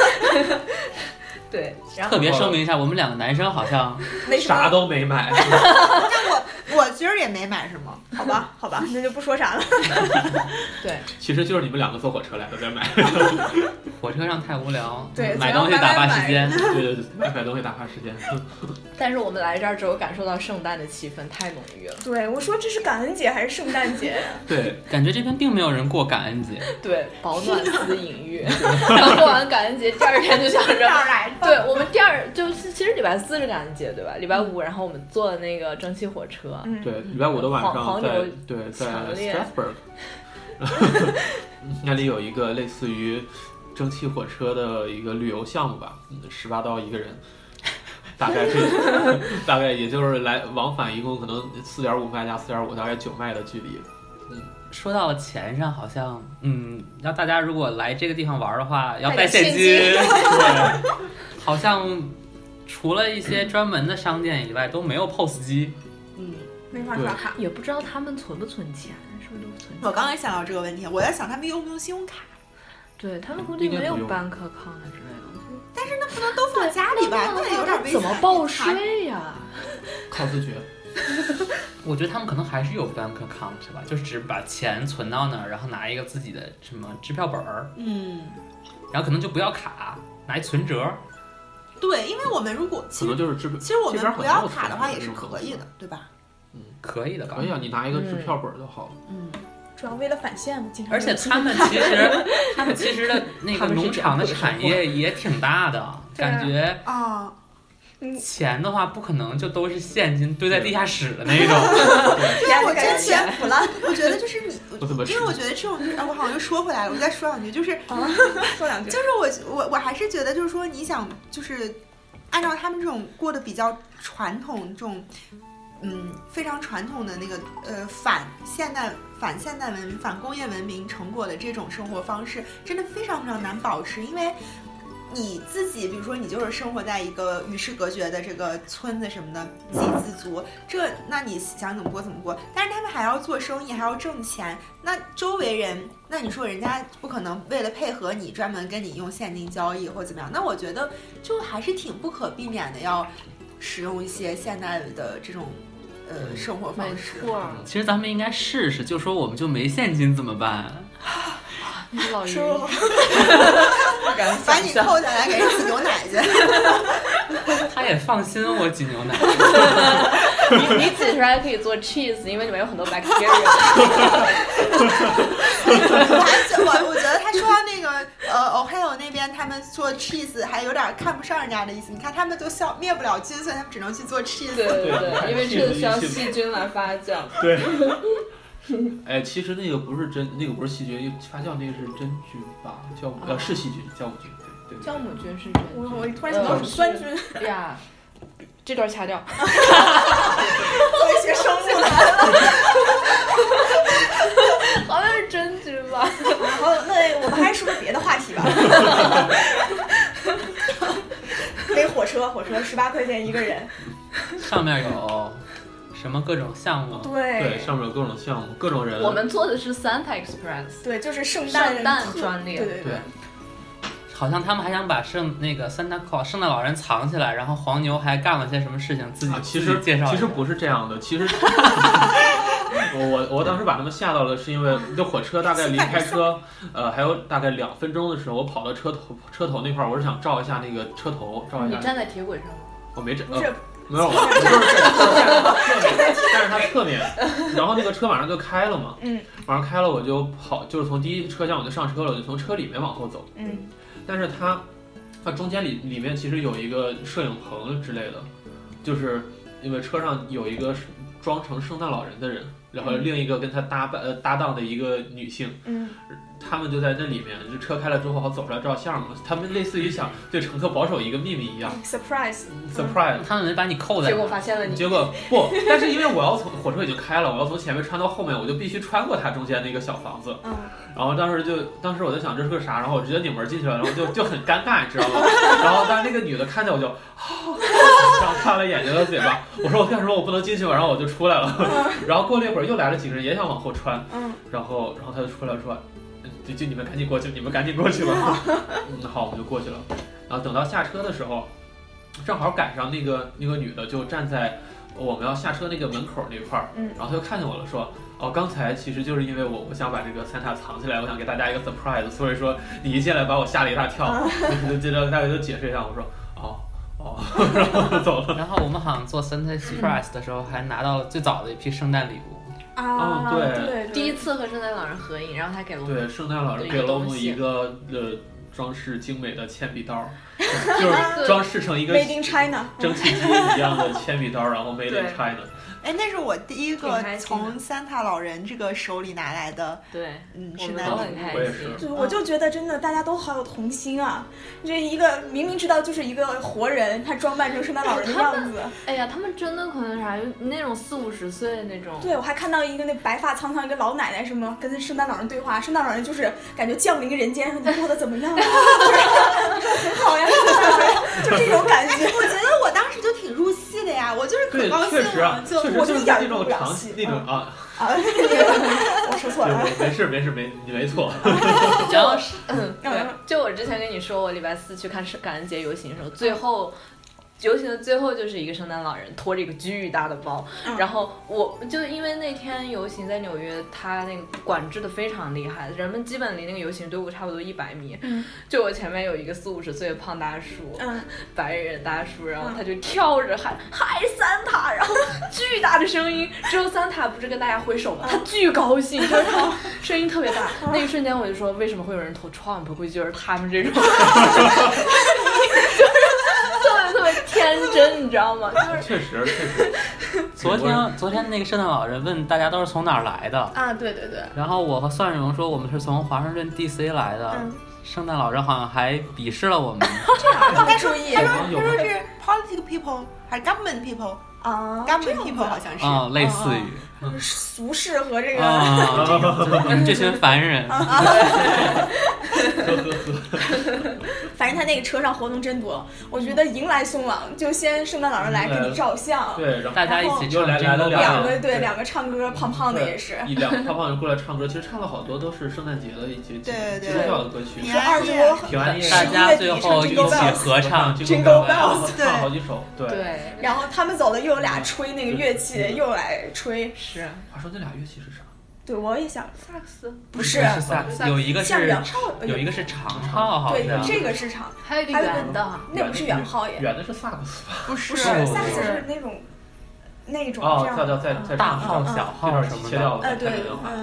对，然后特别声明一下，我们两个男生好像啥都没买。 那我我今儿也没买什么， 好吧，好吧，那就不说啥了。 对， 其实就是你们两个坐火车来的，再买。 火车上太无聊， 对， 买东西打发时间。 对对对，买买东西打发时间。 但是我们来这儿之后，感受到圣诞的气氛太浓郁了。 对，我说这是感恩节还是圣诞节？ 对， 感觉这边并没有人过感恩节。 对，保暖思淫欲。刚过完感恩节，第二天就想着来。 对，我们第二就是其实礼拜四是感恩节，对吧？礼拜五，然后我们坐的那个蒸汽火车。 嗯、 对，礼拜五的晚上在对在 Strasbourg， 那里有一个类似于蒸汽火车的一个旅游项目吧，十八刀一个人。大概是，大概也就是来往返一共可能四点五迈加四点五，大概九迈的距离。 嗯，说到了钱上，好像嗯，要大家如果来这个地方玩的话，要带现金。对，好像除了一些专门的商店以外，都没有 P O S 机。 嗯，没法刷卡， 也不知道他们存不存钱，是不是都存钱？ 我刚才想到这个问题，我在想他们用不用信用卡。 对他们估计没有 bank account 之类的。 但是那不能都放家里吧？那有点危险。 怎么报税呀？ 靠自觉。 我觉得他们可能还是有 bank account 吧，就是只把钱存到那儿，然后拿一个自己的什么支票本儿， 嗯， 然后可能就不要卡，拿一存折。 对，因为我们如果可能就是支票， 其实我们不要卡的话也是可以的，对吧？ 嗯，可以的吧？ 可以啊，你拿一个支票本就好了。 嗯。主要为了返现嘛，经常。 而且他们其实，他们其实的那个农场的产业也挺大的，感觉啊， 钱的话不可能就都是现金堆在地下室的那种。 对，我真钱服了。我觉得就是你，因为我觉得这种，我好像又说回来了，我再说两句，就是说两句， 就是我我我还是觉得，就是说你想，就是按照他们这种过得比较传统这种。嗯，非常传统的那个呃反现代、反现代文明、反工业文明成果的这种生活方式，真的非常非常难保持。因为你自己，比如说你就是生活在一个与世隔绝的这个村子什么的，自给自足，这那你想怎么过怎么过。但是他们还要做生意，还要挣钱，那周围人，那你说人家不可能为了配合你，专门跟你用现金交易或怎么样？那我觉得就还是挺不可避免的，要使用一些现代的这种。呃，生活方式。 没错， 其实咱们应该试试，就说我们就没现金怎么办？ 你是老于， 把你扣下来给人挤牛奶去。 他也放心我挤牛奶。 你你挤出来可以做 cheese， 因为里面有很多 bacteria。 我还我我觉得他说到那个呃 Ohio 那边他们做 cheese 还有点看不上人家的意思。你看他们都消灭不了菌，所以他们只能去做 cheese。 对对对，因为 cheese 需要细菌来发酵。 对。哎，其实那个不是真，那个不是细菌发酵，那个是真菌吧？酵母呃是细菌，酵母菌。对。 对酵母菌是真菌。 我我突然想到是酸菌。 哎呀，这段掐掉。 作为学生物的， 好像是真菌吧。 然后那我们还是说个别的话题吧。那火车，火车十八块钱一个人， 上面有什么各种项目？ 对对，上面有各种项目，各种人。 我们坐的是 Santa Express， 对，就是圣诞圣诞专列， 对对对。 好像他们还想把圣那个 Santa Claus 圣诞老人藏起来，然后黄牛还干了些什么事情，自己、 啊、其实自己介绍。 其实不是这样的，其实我我我当时把他们吓到了，是因为这火车大概离开车呃还有大概两分钟的时候，我跑到车头车头那块儿，我是想照一下那个车头，照一下。 你站在铁轨上吗？ 我没站， 不是。 呃没有，我就是站在它侧面，但是它侧面，然后那个车马上就开了嘛， 嗯， 马上开了，我就跑，就是从第一车厢我就上车了，我就从车里面往后走， 嗯， 但是它它中间里里面其实有一个摄影棚之类的，就是因为车上有一个装成圣诞老人的人，然后另一个跟他搭伴呃搭档的一个女性， 嗯， 他们就在这里面，就车开了之后好走出来照相嘛，他们类似于想对乘客保守一个秘密一样 ，surprise surprise， 他们没把你扣在， 结果发现了你， 结果不，但是因为我要从火车已经开了，我要从前面穿到后面，我就必须穿过它中间那个小房子， 嗯， 然后当时就当时我就想这是个啥，然后我直接拧门进去了，然后就就很尴尬，你知道吗？然后但是那个女的看见我就，张开了眼睛和嘴巴，我说我干什么我不能进去吗？然后我就出来了，然后过了一会儿又来了几个人也想往后穿， 嗯，然后然后他就出来说。就就你们赶紧过去，你们赶紧过去吧。嗯，好，我们就过去了。然后等到下车的时候，正好赶上那个那个女的就站在我们要下车那个门口那块儿， 嗯， 然后她就看见我了，说：“哦，刚才其实就是因为我我想把这个Santa藏起来，我想给大家一个 surprise， 所以说你一进来把我吓了一大跳。嗯”就接着大概就解释一下，我说：“哦哦。”然后就走了。 然后我们好像做 Santa Express 的时候，还拿到了最早的一批圣诞礼物。 啊， 对对， 第一次和圣诞老人合影，然后他给了我们对圣诞老人给了我们一个呃装饰精美的铅笔刀，就是装饰成一个 Made in China 蒸汽机一样的铅笔刀，然后 Made in China。 哎，那是我第一个从桑塔老人这个手里拿来的， 对， 嗯， 我们圣诞礼物。 都很开我也心。 是， 我就觉得真的大家都好有童心啊！这一个明明知道就是一个活人，他装扮成圣诞老人的样子。 哎呀，他们真的可能啥，那种四五十岁那种。 对，我还看到一个那白发苍苍一个老奶奶，什么跟圣诞老人对话，圣诞老人就是感觉降临人间，说你过得怎么样啊？很好呀，就这种感觉。 我觉得我当时就挺入戏的呀，我就是可高兴了， 确实啊， 就确实就是那种长期那种啊啊，我说错了， 没事没事没你没错。 然后是嗯，对，就我之前跟你说，我礼拜四去看感恩节游行的时候，最后。游行的最后就是一个圣诞老人拖着一个巨大的包， 嗯、 然后我就因为那天游行在纽约，它那个管制的非常厉害，人们基本离那个游行队伍差不多一百米， 嗯， 就我前面有一个四五十岁的胖大叔， 嗯， 白人大叔，然后他就跳着喊嗨桑塔，然后巨大的声音，之后桑塔不是跟大家挥手吗？他巨高兴，就是他声音特别大，那一瞬间我就说为什么会有人投 Trump， 会就是他们这种。特别天真，你知道吗？就是确实确实。 昨天昨天那个圣诞老人问大家都是从哪儿来的啊？对对对。 然后我和蒜蓉说我们是从华盛顿 D C 来的， 嗯、 圣诞老人好像还鄙视了我们。 这样，他注意， 他说他说是 political people 还是 government people 啊 ，government people 好像是啊，类似于。 嗯、俗世和这个啊，这种这群凡人。 反正他那个车上活动真多，我觉得迎来送往，就先圣诞老人来跟你照相， 对，然后大家一起唱来来了两个对两个唱歌，胖胖的也是， 一两个胖胖人过来唱歌，其实唱了好多都是圣诞节的一些基督教的歌曲， 是二十多平安夜， 大家最后一起合唱 Jingle Bells， 唱好几首，对对， 然后他们走了，又有俩吹那个乐器，又来吹， 是。 话说那俩乐器是啥？ 对，我也想， 萨克斯不是萨克斯，有一个是有一个是长号，好像对，这个是长， 还有一个圆的， 那不是圆号耶， 圆的是萨克斯吧？ 不是，萨克斯是那种那种哦， 这样叫叫在在大号、小号什么的， 哎对。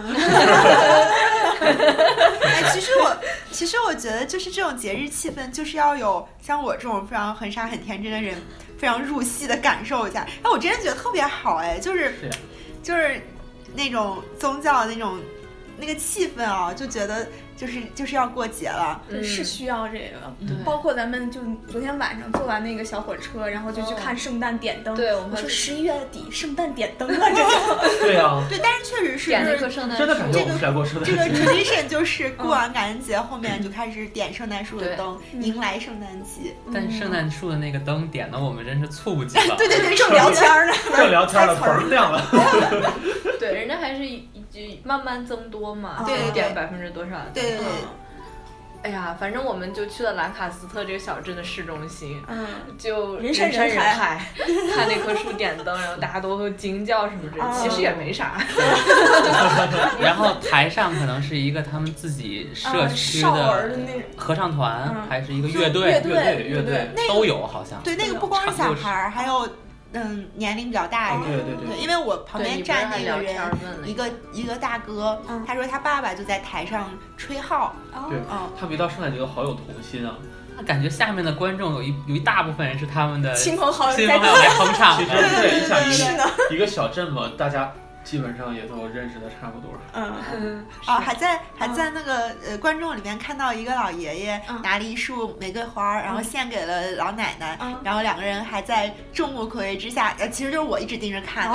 哎，其实我其实我觉得就是这种节日气氛，就是要有像我这种非常很傻很天真的人，非常入戏的感受一下。哎，我真的觉得特别好，哎，就是就是那种宗教那种那个气氛啊，就觉得就是就是要过节了。 对，是需要这个。 对， 包括咱们就昨天晚上坐完那个小火车，然后就去看圣诞点灯。 对，我们说十一月底圣诞点灯啊，这就对啊， 对，但是确实是点那棵圣诞树， 真的感觉我们来过圣诞这个 tradition 就是过完感恩节后面就开始点圣诞树的灯，迎来圣诞季。 但是圣诞树的那个灯点的我们真是猝不及防。 对对对， 正聊天呢， 正聊天了，灯亮了。 对，人家还是一一慢慢增多嘛， 对点百分之多少？ 对对对。 哎呀，反正我们就去了兰卡斯特这个小镇的市中心， 嗯， 就人山人海， 海看那棵树点灯，然后大家都会惊叫什么之类的，其实也没啥。 然后台上可能是一个他们自己社区的合唱团，还是一个乐队， 乐队乐队都有好像。 对，那个不光是小孩，还有。嗯，年龄比较大的， 对对对， 因为我旁边站那个人，一个一个大哥， 嗯、 他说他爸爸就在台上吹号。 对， 嗯， 他们一到圣诞节都好有童心啊。 感觉下面的观众有一有一大部分人是他们的亲朋好友亲朋好友在哼唱。 其实对，你想一个一个小镇嘛，大家基本上也都认识的差不多。 嗯啊，还在还在那个呃观众里面看到一个老爷爷拿了一束玫瑰花，然后献给了老奶奶，然后两个人还在众目睽睽之下，呃，其实就是我一直盯着看，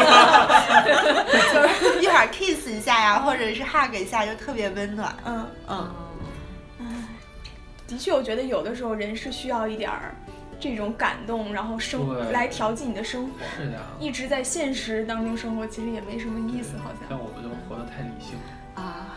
就是一会儿 kiss 一下呀，或者是 hug 一下，就特别温暖。 嗯嗯， 的确，我觉得有的时候人是需要一点儿。这种感动，然后生来调剂你的生活。 是的， 一直在现实当中生活，其实也没什么意思，好像。 像我们就活得太理性啊。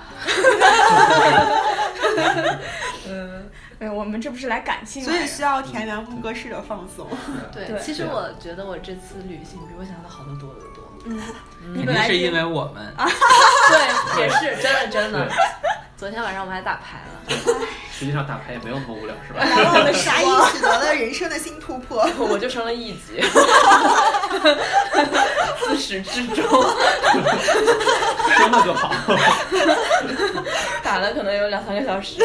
嗯，哎，我们这不是来感性， 所以需要田园牧歌式的放松。 对，其实我觉得我这次旅行比我想的好得多得多。 嗯， 肯定是因为我们。 对，也是真的真的。昨天晚上我们还打牌了。 实际上打牌也没有那么无聊，是吧？ 然后我们傻乙取得了人生的新突破， 我就升了一级，自始至终， 升了就好。 打了可能有两三个小时。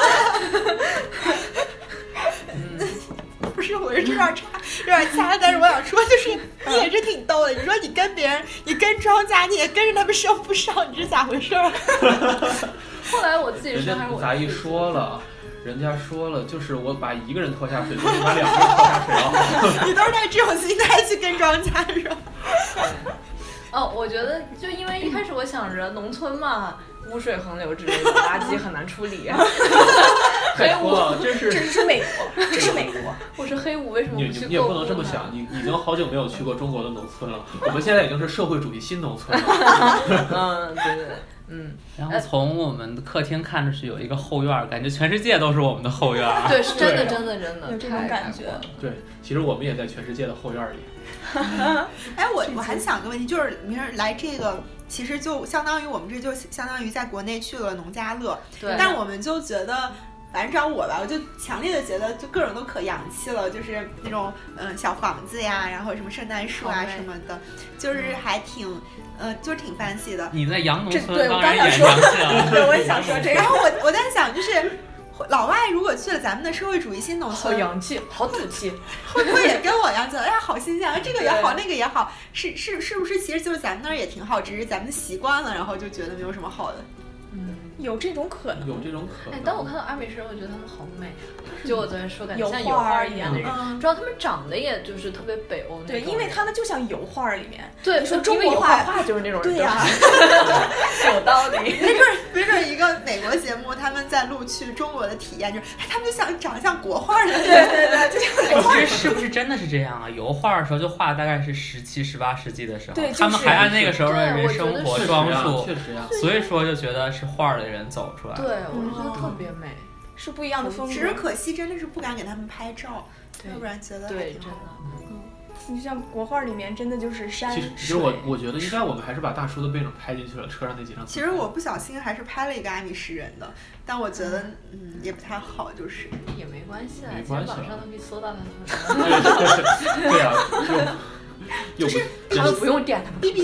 嗯，不是，我是这样插，有点掐，但是我想说，就是你也是挺逗的。你说你跟别人，你跟庄家，你也跟着他们升不上，你是咋回事？ 后来我自己说还是我杂役说了，人家说了，就是我把一个人拖下水，比把两个人拖下水要好。 你都是带这种心态去跟庄家是吧？ 哦，我觉得就因为一开始我想着农村嘛，污水横流之类的，垃圾很难处理。黑五， 这是这是美国，这是美国。 我是黑五，为什么不去？ 你也不能这么想，你已经好久没有去过中国的农村了。我们现在已经是社会主义新农村了。 嗯，对对对。嗯， 然后从我们的客厅看着是有一个后院，感觉全世界都是我们的后院。 对，是真的，真的，真的有这种感觉。 对，其实我们也在全世界的后院里。 哎，我我还想个问题，就是你说来这个，其实就相当于我们这就相当于在国内去了农家乐， 对， 但我们就觉得。反正找我吧，我就强烈的觉得，就各种都可洋气了，就是那种嗯小房子呀，然后什么圣诞树啊什么的，就是还挺呃，就是挺 fancy 的。 你在洋农村对我刚想说， 对， 我也想说这个。 然后我我在想，就是老外如果去了咱们的社会主义新农村， 好洋气，好土气， 会不会也跟我一样觉得，哎呀，好新鲜啊，这个也好，那个也好，是是是不是？其实就是咱们那儿也挺好，只是咱们习惯了，然后就觉得没有什么好的。 嗯，有这种可能， 有这种可能。 哎，当我看到阿美士人，我觉得他们好美。就我昨天说，感觉油像油画一样的人， 嗯、 主要他们长得也就是特别北欧那种。 对，因为他们就像油画里面。 对， 你说中国画画就是那种人。 对呀、啊， 有道理。 没准没准一个美国节目，他们在录去中国的体验，就是他们就想长得像国画的。 对对对，就像油画。 其实是不是真的是这样啊？油画的时候就画大概是十七、十八世纪的时候， 对，就是、 他们还按那个时候的人生活装束， 确实呀、啊， 所以说就觉得是画的人走出来。 对，我就觉得特别美。 嗯，是不一样的风格， 只是可惜真的是不敢给他们拍照，要不然觉得对真的。 嗯，你像国画里面真的就是山。 其实，其实我我觉得应该我们还是把大叔的背影拍进去了，车上那几张。 其实我不小心还是拍了一个阿米什人的，但我觉得嗯也不太好，就是也没关系啊， 没关系， 网上都可以搜到他们。对啊。 就是他们不用点，他们 B B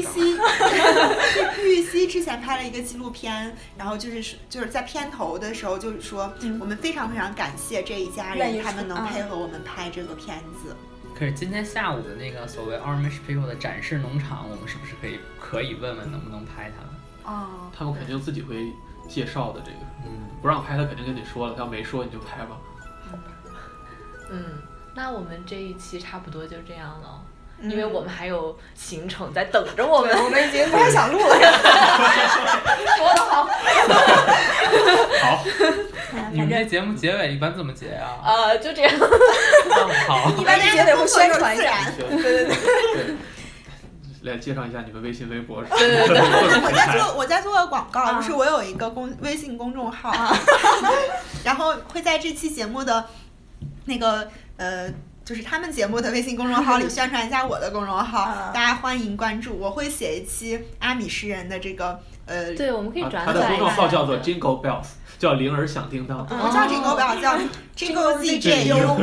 C，B B C 之前拍了一个纪录片，然后就是就是在片头的时候就是说，嗯、我们非常非常感谢这一家人，他们能配合我们拍这个片子。 可是今天下午的那个所谓 Amish People 的展示农场，我们是不是可以可以问问能不能拍他们？ 哦， 他们肯定自己会介绍的这个， 嗯， 不让拍他肯定跟你说了，他要没说你就拍吧。 嗯，那我们这一期差不多就这样了。 嗯、 因为我们还有行程在等着我们， 我们已经不太想录了。 说得好。 好。 你们这节目结尾一般怎么结啊？ 呃，就这样。 好。 一般结尾会宣传一下。 对对对对。来介绍一下你们微信、微博。 对对对。 我在做，我在做个广告，就是我有一个公微信公众号，然后会在这期节目的那个呃。就是他们节目的微信公众号里宣传一下我的公众号，大家欢迎关注。我会写一期阿米诗人的这个呃， 对，我们可以转载、 啊。他的公众号叫做 Jingle Bells， 叫铃儿响叮当。 我叫 Jingle Bells， 叫 Jingle Z J U。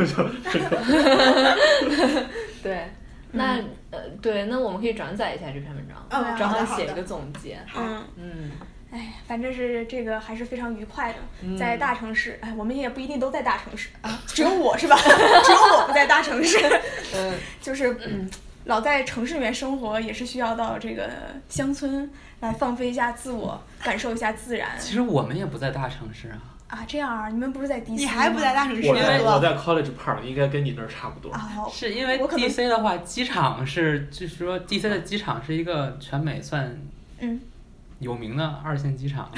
对，那呃，对，那我们可以转载一下这篇文章， 嗯， 然后写一个总结。 嗯嗯。哎，反正是这个还是非常愉快的， 嗯、 在大城市，哎，我们也不一定都在大城市啊，只有我是吧？只有我不在大城市， 嗯， 就是嗯，老在城市里面生活，也是需要到这个乡村来放飞一下自我，感受一下自然。 其实我们也不在大城市啊。 啊，这样啊，你们不是在 D C 吗？ 你还不在大城市？ 我在我在 College Park， 应该跟你那儿差不多。 哦， 是因为 D C 的话，机场是就是说 D C 的机场是一个全美算嗯。 有名的二线机场。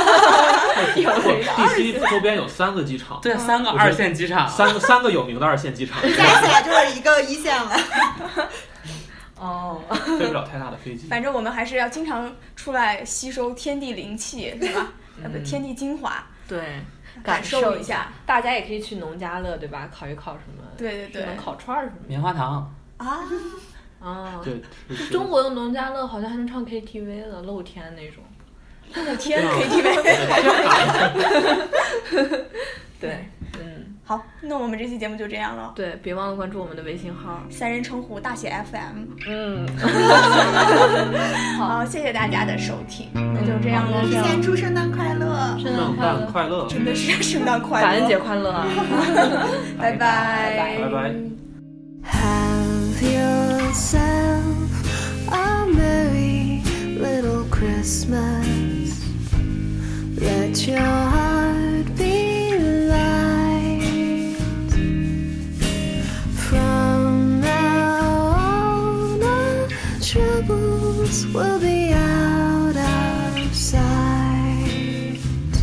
D C 周边有三个机场。 对，三个二线机场， 三个三个有名的二线机场， 加起来就是一个一线了。 哦， 飞不了太大的飞机。 反正我们还是要经常出来吸收天地灵气，对吧？呃不，天地精华。 对， 感受一下。 大家也可以去农家乐，对吧？烤一烤什么？ 对对对， 能烤串什么？ 棉花糖。 啊。 啊， 对， 中国的农家乐好像还能唱 K T V 了，露天那种。 露天 K T V。 对，嗯， 好，那我们这期节目就这样了。 对，别忘了关注我们的微信号 “三人成虎大写 F M”。 嗯。 好，谢谢大家的收听，那就这样了。 提前祝圣诞快乐！ 圣诞快乐！ 真的是圣诞快乐！ 感恩节快乐！ 拜拜！ 拜拜。 Have yourself a merry little Christmas. Let your heart be light. From now on, our troubles will be out of sight.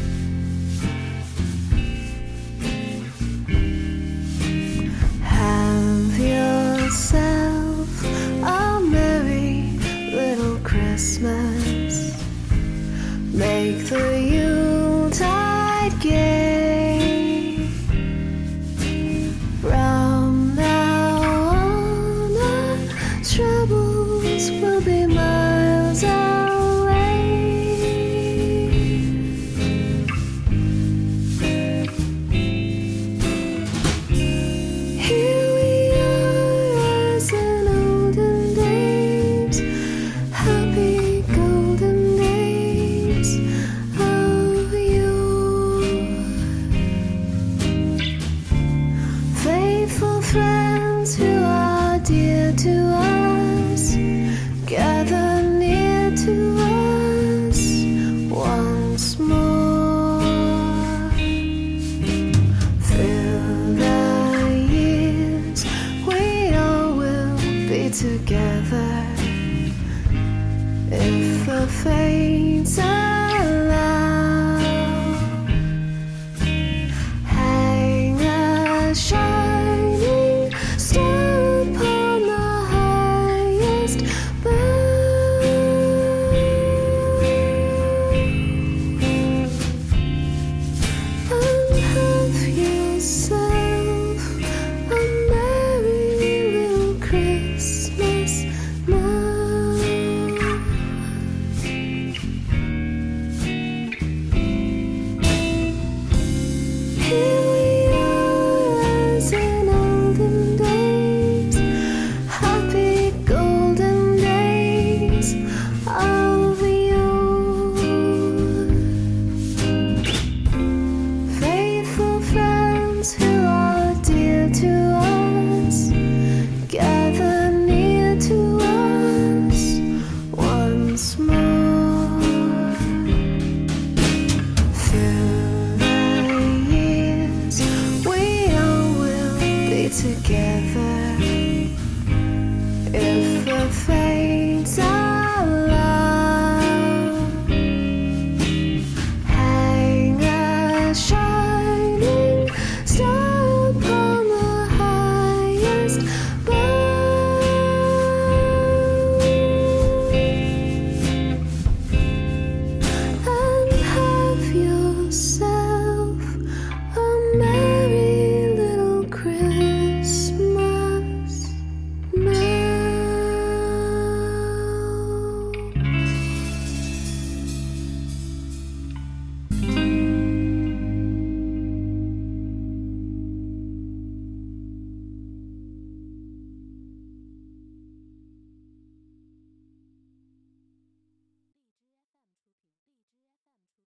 Have yourself a merry little Christmas. Make the Yuletide gay. From now on, our troubles will be miles away. Here we are as in olden days, happy golden days of yore. Faithful friends who are dear to us, gather near to us once more. Through the years, we all will be together if the fates